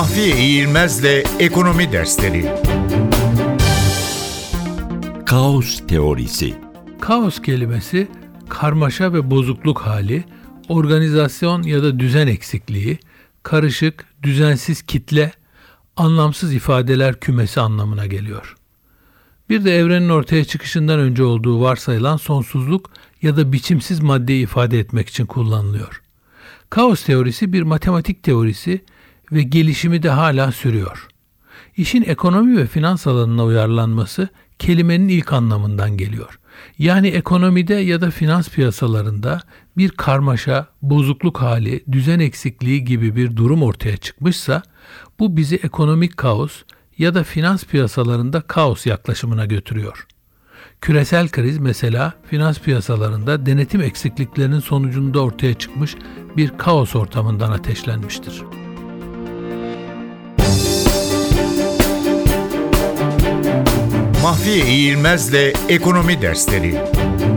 Mahfiye İğilmez'le Ekonomi Dersleri. Kaos teorisi. Kaos kelimesi karmaşa ve bozukluk hali, organizasyon ya da düzen eksikliği, karışık, düzensiz kitle, anlamsız ifadeler kümesi anlamına geliyor. Bir de evrenin ortaya çıkışından önce olduğu varsayılan sonsuzluk ya da biçimsiz maddeyi ifade etmek için kullanılıyor. Kaos teorisi bir matematik teorisi ve gelişimi de hala sürüyor. İşin ekonomi ve finans alanına uyarlanması kelimenin ilk anlamından geliyor. Yani ekonomide ya da finans piyasalarında bir karmaşa, bozukluk hali, düzen eksikliği gibi bir durum ortaya çıkmışsa bu bizi ekonomik kaos ya da finans piyasalarında kaos yaklaşımına götürüyor. Küresel kriz mesela finans piyasalarında denetim eksikliklerinin sonucunda ortaya çıkmış bir kaos ortamından ateşlenmiştir. Mahfiye İğilmez'le Ekonomi Dersleri.